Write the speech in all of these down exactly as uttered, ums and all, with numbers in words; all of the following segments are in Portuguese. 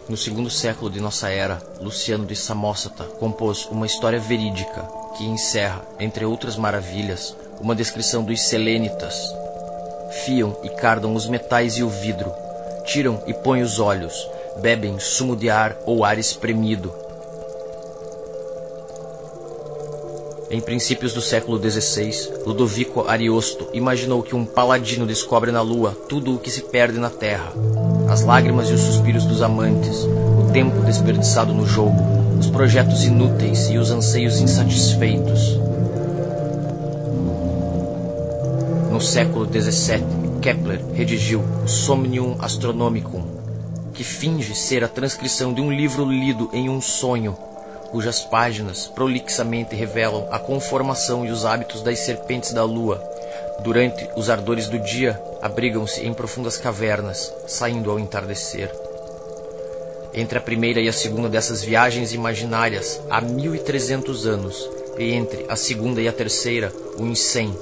No segundo século de nossa era, Luciano de Samosata compôs uma história verídica que encerra, entre outras maravilhas, uma descrição dos selênitas. Fiam e cardam os metais e o vidro, tiram e põem os olhos, bebem sumo de ar ou ar espremido. Em princípios do século dezesseis, Ludovico Ariosto imaginou que um paladino descobre na lua tudo o que se perde na terra. As lágrimas e os suspiros dos amantes, o tempo desperdiçado no jogo, os projetos inúteis e os anseios insatisfeitos. No século dezessete, Kepler redigiu o Somnium Astronomicum, que finge ser a transcrição de um livro lido em um sonho, cujas páginas prolixamente revelam a conformação e os hábitos das serpentes da lua. Durante os ardores do dia, abrigam-se em profundas cavernas, saindo ao entardecer. Entre a primeira e a segunda dessas viagens imaginárias, há mil e trezentos anos, e entre a segunda e a terceira, uns cem.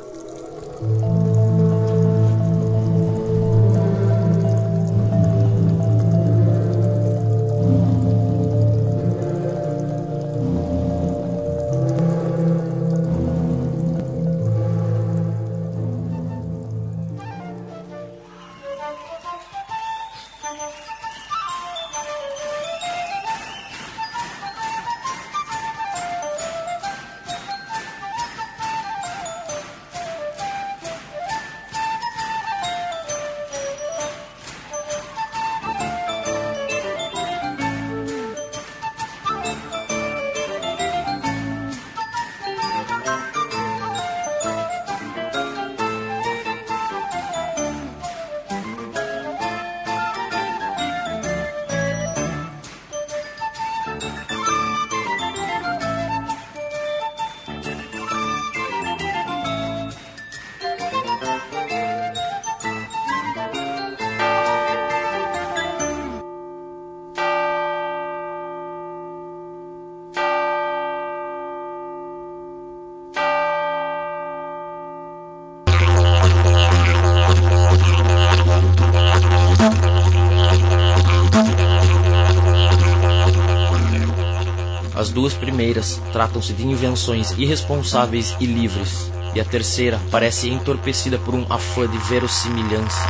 As duas primeiras tratam-se de invenções irresponsáveis e livres, e a terceira parece entorpecida por um afã de verossimilhança.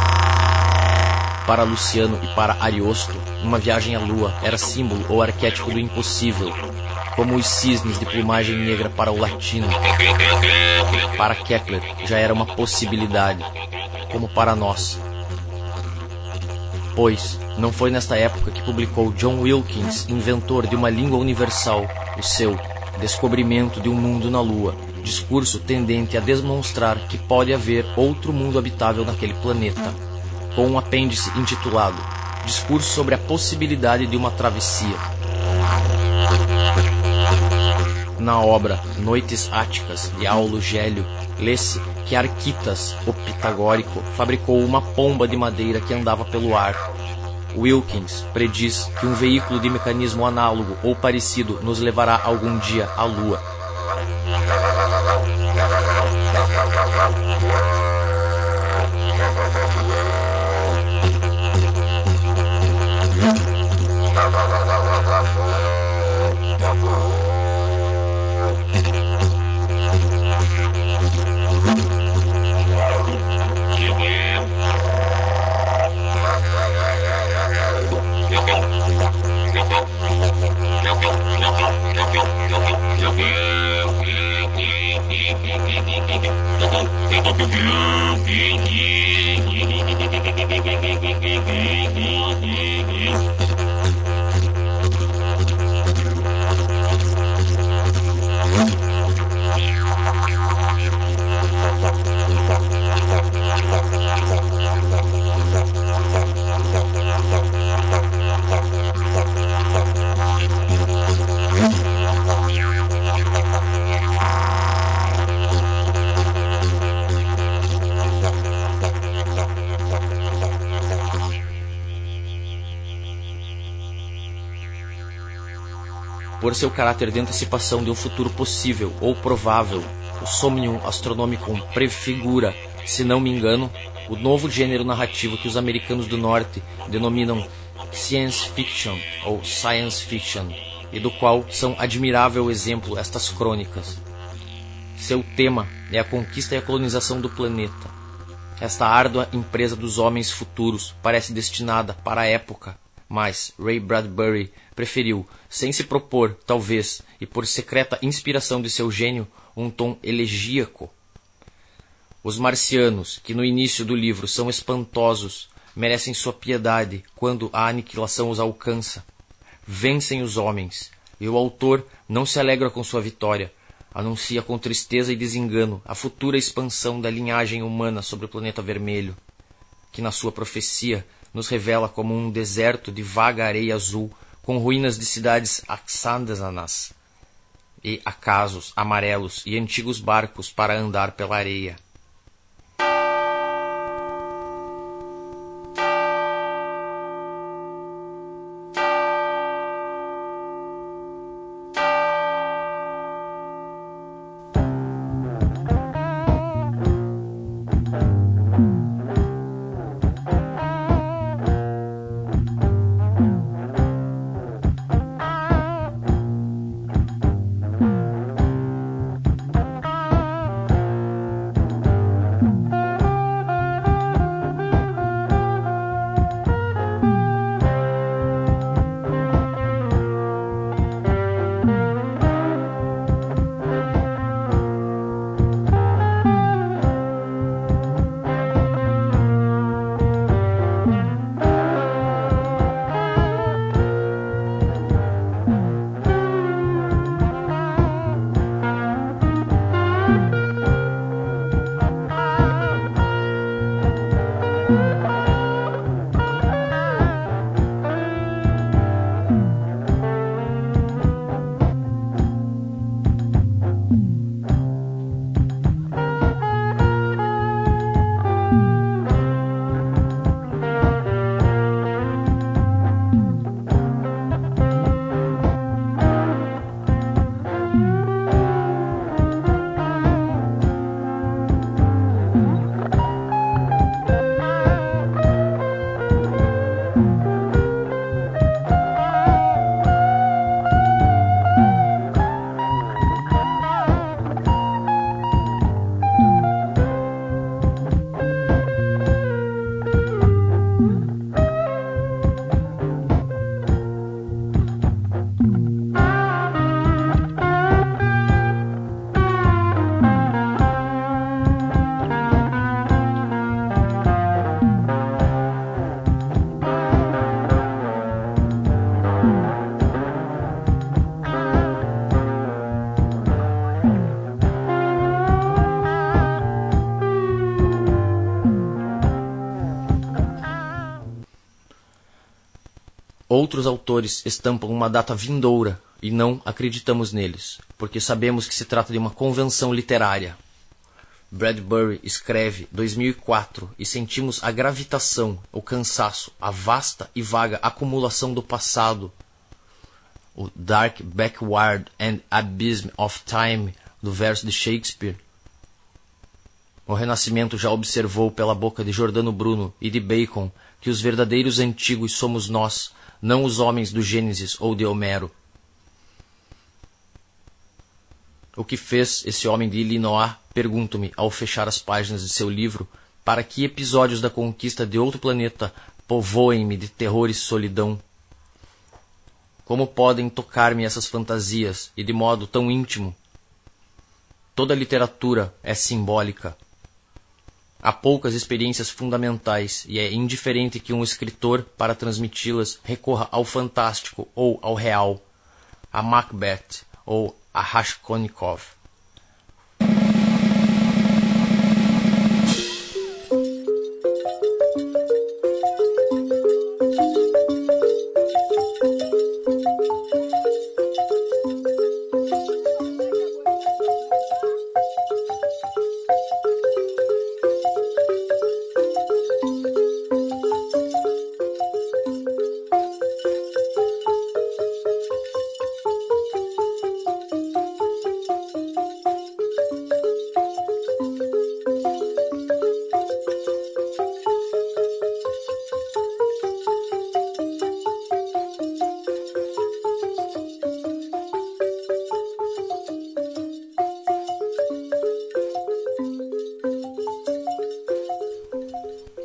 Para Luciano e para Ariosto, uma viagem à lua era símbolo ou arquétipo do impossível, como os cisnes de plumagem negra para o latino. Para Kepler já era uma possibilidade, como para nós. Pois não foi nesta época que publicou John Wilkins, inventor de uma língua universal, o seu Descobrimento de um Mundo na Lua, discurso tendente a demonstrar que pode haver outro mundo habitável naquele planeta, com um apêndice intitulado Discurso sobre a possibilidade de uma travessia. Na obra Noites Áticas, de Aulo Gelio, lê-se que Arquitas, o pitagórico, fabricou uma pomba de madeira que andava pelo ar. Wilkins prediz que um veículo de mecanismo análogo ou parecido nos levará algum dia à Lua. Por seu caráter de antecipação de um futuro possível ou provável, o Somnium Astronomicum prefigura se não me engano, o novo gênero narrativo que os americanos do norte denominam science fiction ou science fiction, e do qual são admirável exemplo estas crônicas. Seu tema é a conquista e a colonização do planeta. Esta árdua empresa dos homens futuros parece destinada para a época, mas Ray Bradbury preferiu, sem se propor, talvez, e por secreta inspiração de seu gênio, um tom elegíaco. Os marcianos, que no início do livro são espantosos, merecem sua piedade quando a aniquilação os alcança. Vencem os homens, e o autor não se alegra com sua vitória, anuncia com tristeza e desengano a futura expansão da linhagem humana sobre o planeta vermelho, que na sua profecia nos revela como um deserto de vaga areia azul com ruínas de cidades axândanas e acasos amarelos e antigos barcos para andar pela areia. Outros autores estampam uma data vindoura e não acreditamos neles, porque sabemos que se trata de uma convenção literária. Bradbury escreve dois mil e quatro e sentimos a gravitação, o cansaço, a vasta e vaga acumulação do passado. O Dark Backward and Abysm of Time do verso de Shakespeare. O Renascimento já observou pela boca de Giordano Bruno e de Bacon que os verdadeiros antigos somos nós, não os homens do Gênesis ou de Homero. O que fez esse homem de Illinois, pergunto-me, ao fechar as páginas de seu livro, para que episódios da conquista de outro planeta povoem-me de terror e solidão? Como podem tocar-me essas fantasias, e de modo tão íntimo? Toda literatura é simbólica. Há poucas experiências fundamentais e é indiferente que um escritor, para transmiti-las, recorra ao fantástico ou ao real, a Macbeth ou a Raskolnikov.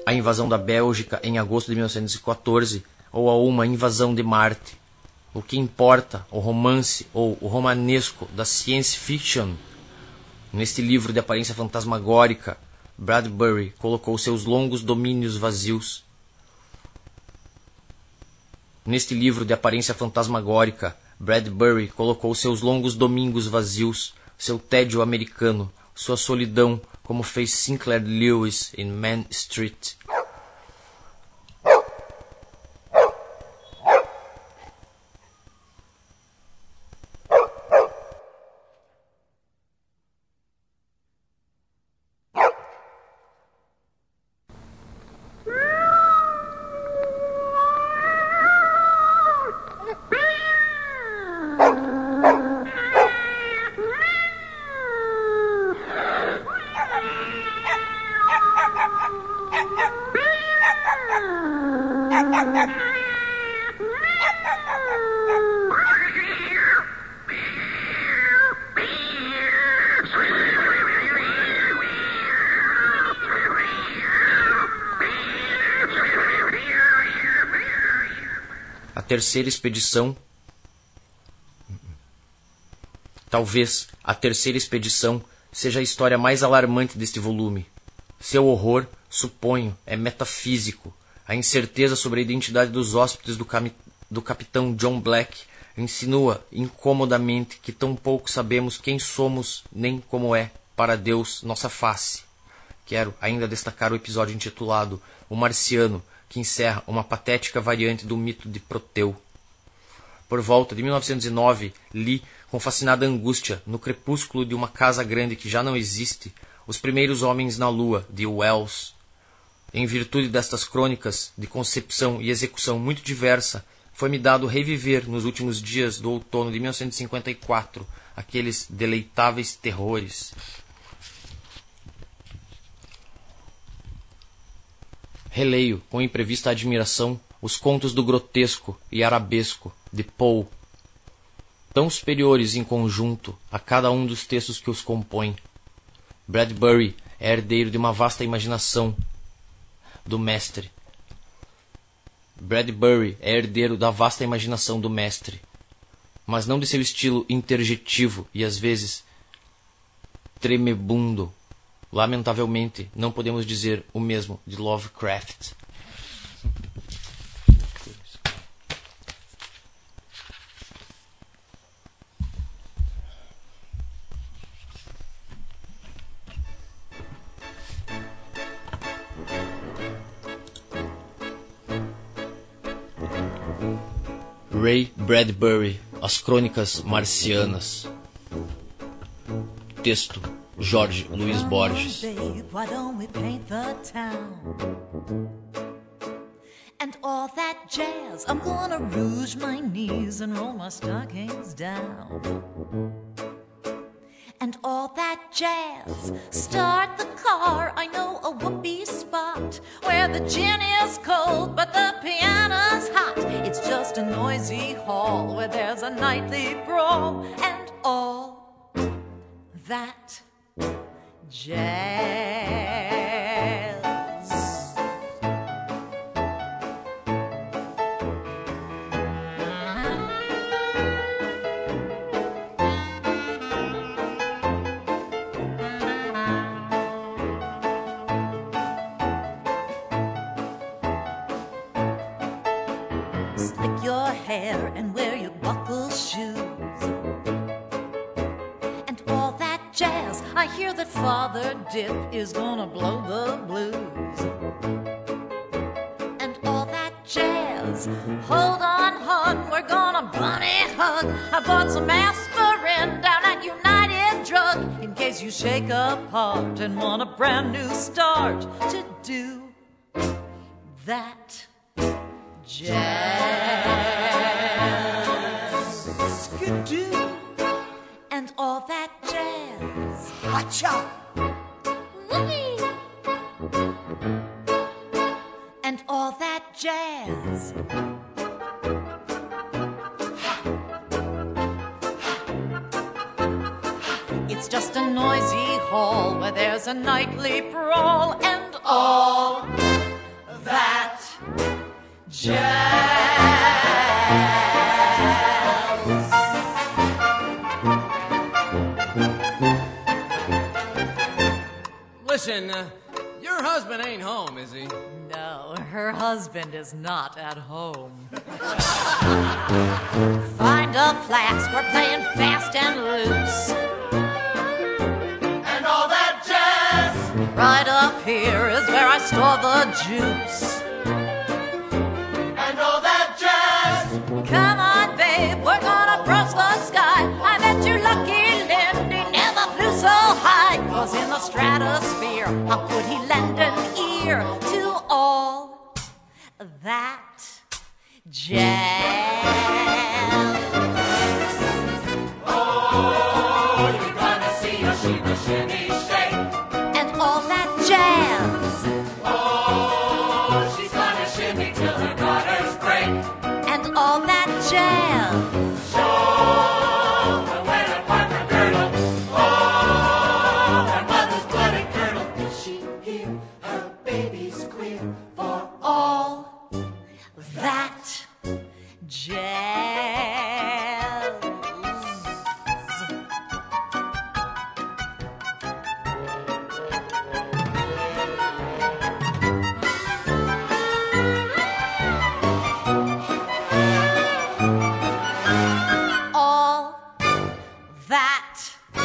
a invasão da Bélgica em agosto de mil novecentos e quatorze ou a uma invasão de Marte. O que importa, o romance ou o romanesco da science fiction. Neste livro de aparência fantasmagórica, Bradbury colocou seus longos domínios vazios. Neste livro de aparência fantasmagórica, Bradbury colocou seus longos domingos vazios, seu tédio americano, sua solidão, como fez Sinclair Lewis em Man Street. A terceira expedição... Talvez a terceira expedição seja a história mais alarmante deste volume. Seu horror, suponho, é metafísico. A incerteza sobre a identidade dos hóspedes do, cam... do capitão John Black insinua incomodamente que tão pouco sabemos quem somos nem como é, para Deus, nossa face. Quero ainda destacar o episódio intitulado O Marciano, que encerra uma patética variante do mito de Proteu. Por volta de mil novecentos e nove, li, com fascinada angústia, no crepúsculo de uma casa grande que já não existe, Os Primeiros Homens na Lua, de Wells. Em virtude destas crônicas, de concepção e execução muito diversa, foi-me dado reviver, nos últimos dias do outono de mil novecentos e cinquenta e quatro, aqueles deleitáveis terrores. Releio, com imprevista admiração, os contos do grotesco e arabesco de Poe, tão superiores em conjunto a cada um dos textos que os compõem. Bradbury é herdeiro de uma vasta imaginação do mestre. Bradbury é herdeiro da vasta imaginação do mestre, mas não de seu estilo interjetivo e às vezes tremebundo. Lamentavelmente, não podemos dizer o mesmo de Lovecraft. Ray Bradbury, As Crônicas Marcianas. Texto: Jorge Luiz Borges. Why don't we paint the town? And all that jazz, I'm gonna rouge my knees and roll my stockings down. And all that jazz, start the car, I know a whoopee spot where the gin is cold but the piano's hot. It's just a noisy hall where there's a nightly brawl. And all that jazz. Slick your hair and wear your buckle shoes. And all that jazz, I hear that Father Dip is gonna blow the blues. And all that jazz, hold on, hon, we're gonna bunny hug. I bought some aspirin down at United Drug in case you shake apart and want a brand new start to do that jazz. Skidoo. And all that jazz. Hacha. Whee. And all that jazz. It's just a noisy hall where there's a nightly brawl. And all Listen, uh, your husband ain't home, is he? No, her husband is not at home. Find a flask, we're playing fast and loose. And all that jazz. Right up here is where I store the juice. And all that jazz. Come on, babe, we're gonna brush the sky. I bet you lucky Lindy never flew so high. 'Cause in the stratosphere, how could he lend an ear to all that jazz? Oh, you're gonna see a shimmy, shimmy, shake. And all that jazz. Oh, she's gonna shimmy till her garters break. And all that jazz. Show her where to park her girdle. Oh, her mother's bloody curdle. Does she hear her baby squeal for All that jazz. All that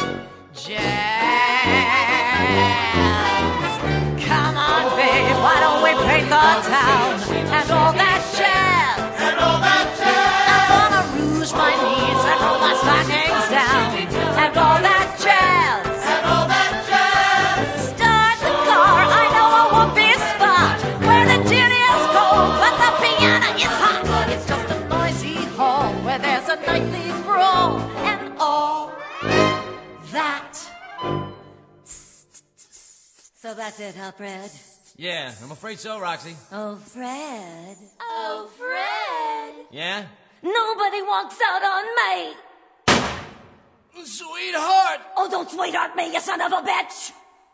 jazz. Come on, babe, why don't we paint the town? And all that jazz. and all that jazz. I'm gonna rouge my knees and roll my stockings down. And all that jazz. And all that jazz. Start the car, I know a whoopee spot where the gin is cold but the piano is hot. It's just a noisy hall where there's a nightly brawl. And all that. So that's it, huh, Fred? Yeah, I'm afraid so, Roxy. Oh, Fred. Oh, Fred. Yeah? Nobody walks out on me. Sweetheart! Oh, don't sweetheart me, you son of a bitch.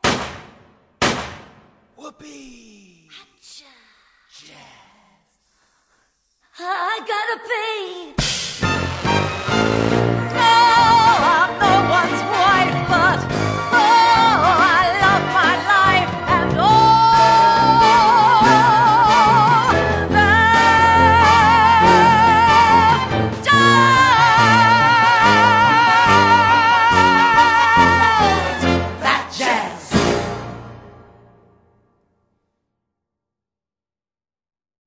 Whoopee! I gotta pee.